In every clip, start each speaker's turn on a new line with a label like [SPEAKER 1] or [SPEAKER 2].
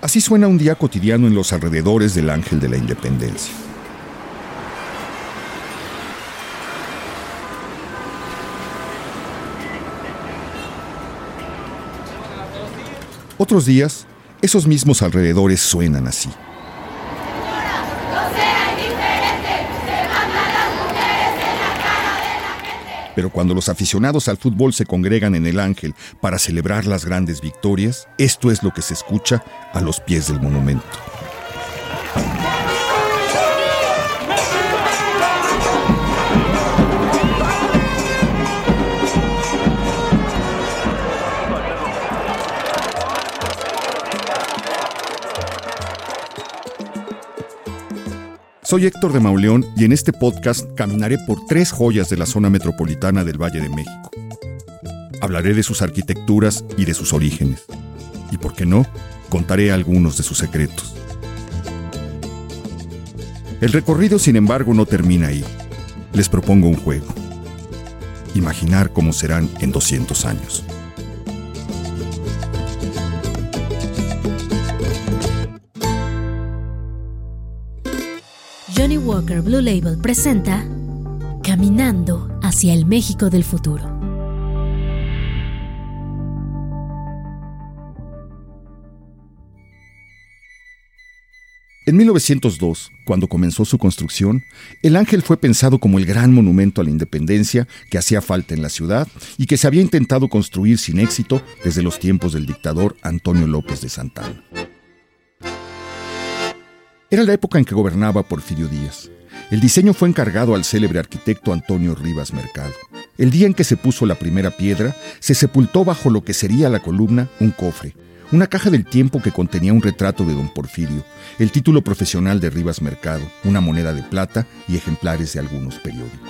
[SPEAKER 1] Así suena un día cotidiano en los alrededores del Ángel de la Independencia. Otros días, esos mismos alrededores suenan así. Pero cuando los aficionados al fútbol se congregan en el Ángel para celebrar las grandes victorias, esto es lo que se escucha a los pies del monumento. Soy Héctor de Mauleón y en este podcast caminaré por 3 joyas de la zona metropolitana del Valle de México. Hablaré de sus arquitecturas y de sus orígenes. Y, por qué no, contaré algunos de sus secretos. El recorrido, sin embargo, no termina ahí. Les propongo un juego. Imaginar cómo serán en 200 años.
[SPEAKER 2] Johnnie Walker Blue Label presenta Caminando hacia el México del futuro.
[SPEAKER 1] En 1902, cuando comenzó su construcción, el Ángel fue pensado como el gran monumento a la independencia que hacía falta en la ciudad y que se había intentado construir sin éxito desde los tiempos del dictador Antonio López de Santana. Era la época en que gobernaba Porfirio Díaz. El diseño fue encargado al célebre arquitecto Antonio Rivas Mercado. El día en que se puso la primera piedra, se sepultó bajo lo que sería la columna un cofre, una caja del tiempo que contenía un retrato de don Porfirio, el título profesional de Rivas Mercado, una moneda de plata y ejemplares de algunos periódicos.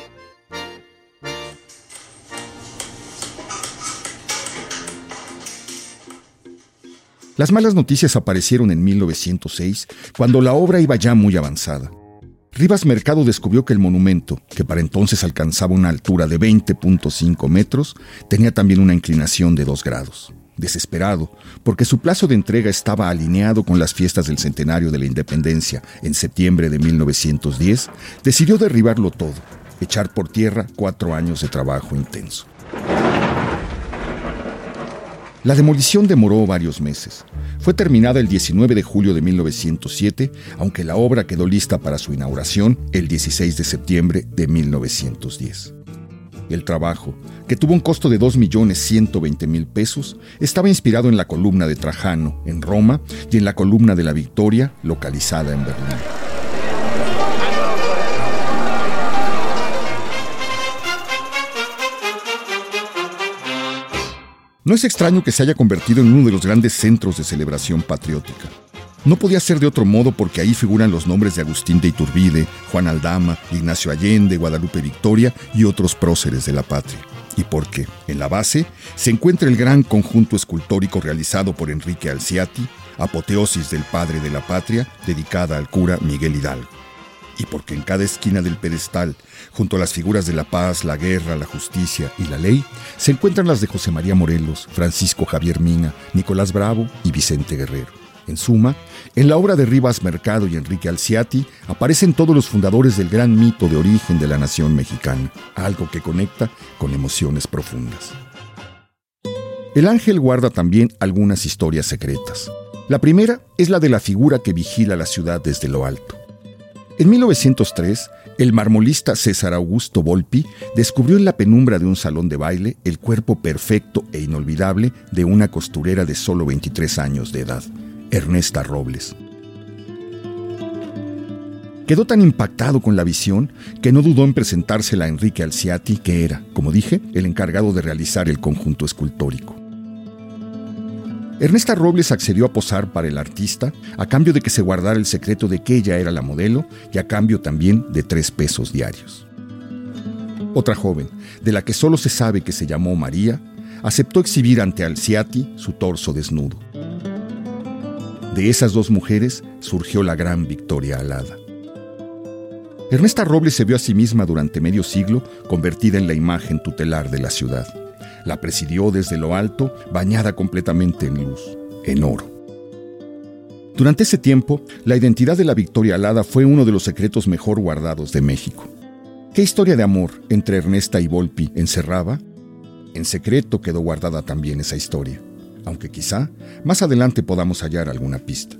[SPEAKER 1] Las malas noticias aparecieron en 1906, cuando la obra iba ya muy avanzada. Rivas Mercado descubrió que el monumento, que para entonces alcanzaba una altura de 20.5 metros, tenía también una inclinación de 2 grados. Desesperado, porque su plazo de entrega estaba alineado con las fiestas del centenario de la Independencia en septiembre de 1910, decidió derribarlo todo, echar por tierra 4 años de trabajo intenso. La demolición demoró varios meses. Fue terminada el 19 de julio de 1907, aunque la obra quedó lista para su inauguración el 16 de septiembre de 1910. El trabajo, que tuvo un costo de 2.120.000 pesos, estaba inspirado en la columna de Trajano, en Roma, y en la columna de la Victoria, localizada en Berlín. No es extraño que se haya convertido en uno de los grandes centros de celebración patriótica. No podía ser de otro modo porque ahí figuran los nombres de Agustín de Iturbide, Juan Aldama, Ignacio Allende, Guadalupe Victoria y otros próceres de la patria. Y porque, en la base, se encuentra el gran conjunto escultórico realizado por Enrique Alciati, apoteosis del padre de la patria, dedicada al cura Miguel Hidalgo. Y porque en cada esquina del pedestal, junto a las figuras de la paz, la guerra, la justicia y la ley, se encuentran las de José María Morelos, Francisco Javier Mina, Nicolás Bravo y Vicente Guerrero. En suma, en la obra de Rivas Mercado y Enrique Alciati aparecen todos los fundadores del gran mito de origen de la nación mexicana, algo que conecta con emociones profundas. El Ángel guarda también algunas historias secretas. La primera es la de la figura que vigila la ciudad desde lo alto. En 1903, el marmolista César Augusto Volpi descubrió en la penumbra de un salón de baile el cuerpo perfecto e inolvidable de una costurera de solo 23 años de edad, Ernesta Robles. Quedó tan impactado con la visión que no dudó en presentársela a Enrique Alciati, que era, como dije, el encargado de realizar el conjunto escultórico. Ernesta Robles accedió a posar para el artista a cambio de que se guardara el secreto de que ella era la modelo y a cambio también de 3 pesos diarios. Otra joven, de la que solo se sabe que se llamó María, aceptó exhibir ante Alciati su torso desnudo. De esas 2 mujeres surgió la gran Victoria Alada. Ernesta Robles se vio a sí misma durante medio siglo convertida en la imagen tutelar de la ciudad. La presidió desde lo alto, bañada completamente en luz, en oro. Durante ese tiempo, la identidad de la Victoria Alada fue uno de los secretos mejor guardados de México. ¿Qué historia de amor entre Ernesta y Volpi encerraba? En secreto quedó guardada también esa historia, aunque quizá más adelante podamos hallar alguna pista.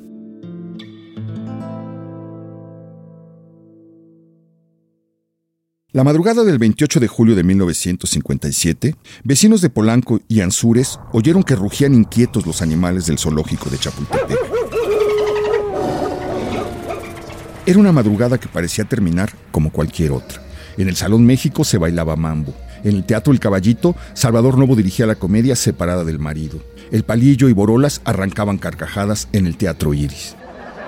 [SPEAKER 1] La madrugada del 28 de julio de 1957, vecinos de Polanco y Anzures oyeron que rugían inquietos los animales del zoológico de Chapultepec. Era una madrugada que parecía terminar como cualquier otra. En el Salón México se bailaba mambo. En el Teatro El Caballito, Salvador Novo dirigía la comedia separada del marido. El Palillo y Borolas arrancaban carcajadas en el Teatro Iris.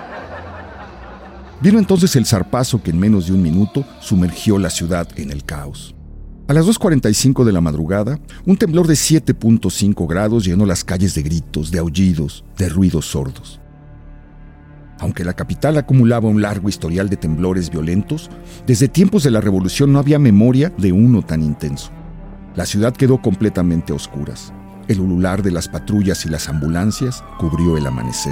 [SPEAKER 1] Vino entonces el zarpazo que en menos de un minuto sumergió la ciudad en el caos. A las 2:45 de la madrugada, un temblor de 7.5 grados llenó las calles de gritos, de aullidos, de ruidos sordos. Aunque la capital acumulaba un largo historial de temblores violentos, desde tiempos de la Revolución no había memoria de uno tan intenso. La ciudad quedó completamente a oscuras. El ulular de las patrullas y las ambulancias cubrió el amanecer.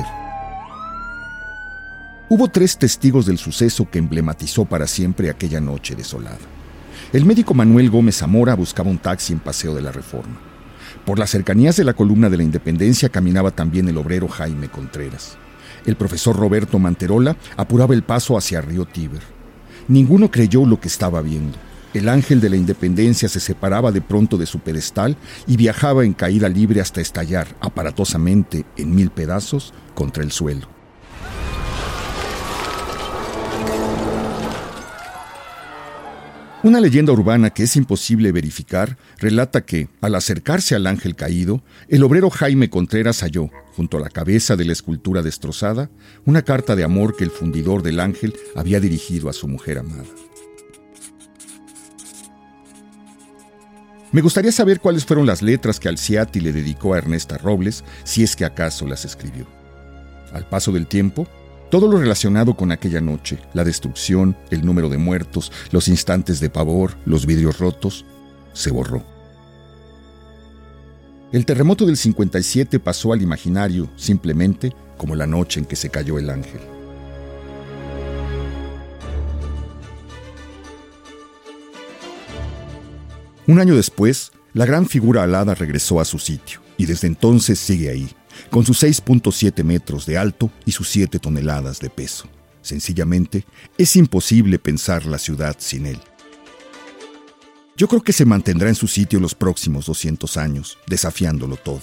[SPEAKER 1] Hubo 3 testigos del suceso que emblematizó para siempre aquella noche desolada. El médico Manuel Gómez Zamora buscaba un taxi en Paseo de la Reforma. Por las cercanías de la Columna de la Independencia caminaba también el obrero Jaime Contreras. El profesor Roberto Manterola apuraba el paso hacia Río Tíber. Ninguno creyó lo que estaba viendo. El ángel de la Independencia se separaba de pronto de su pedestal y viajaba en caída libre hasta estallar aparatosamente en 1000 pedazos contra el suelo. Una leyenda urbana que es imposible verificar relata que, al acercarse al ángel caído, el obrero Jaime Contreras halló, junto a la cabeza de la escultura destrozada, una carta de amor que el fundidor del ángel había dirigido a su mujer amada. Me gustaría saber cuáles fueron las letras que Alciati le dedicó a Ernesta Robles, si es que acaso las escribió. Al paso del tiempo, todo lo relacionado con aquella noche, la destrucción, el número de muertos, los instantes de pavor, los vidrios rotos, se borró. El terremoto del 57 pasó al imaginario simplemente como la noche en que se cayó el ángel. Un año después, la gran figura alada regresó a su sitio y desde entonces sigue ahí, con sus 6.7 metros de alto y sus 7 toneladas de peso. Sencillamente, es imposible pensar la ciudad sin él. Yo creo que se mantendrá en su sitio los próximos 200 años, desafiándolo todo.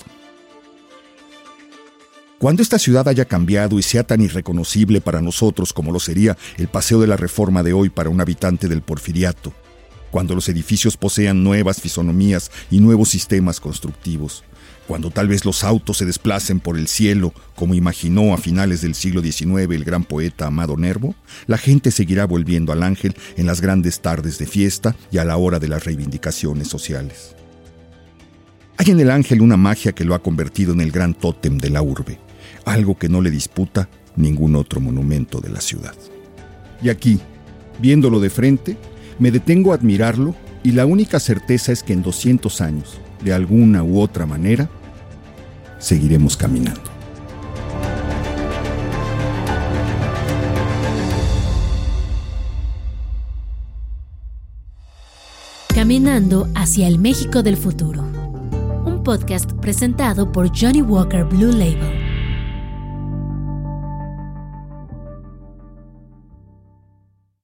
[SPEAKER 1] Cuando esta ciudad haya cambiado y sea tan irreconocible para nosotros como lo sería el Paseo de la Reforma de hoy para un habitante del Porfiriato, cuando los edificios posean nuevas fisonomías y nuevos sistemas constructivos, cuando tal vez los autos se desplacen por el cielo, como imaginó a finales del siglo XIX el gran poeta Amado Nervo, la gente seguirá volviendo al ángel en las grandes tardes de fiesta y a la hora de las reivindicaciones sociales. Hay en el ángel una magia que lo ha convertido en el gran tótem de la urbe, algo que no le disputa ningún otro monumento de la ciudad. Y aquí, viéndolo de frente, me detengo a admirarlo y la única certeza es que en 200 años, de alguna u otra manera, seguiremos caminando.
[SPEAKER 2] Caminando hacia el México del futuro. Un podcast presentado por Johnny Walker Blue Label.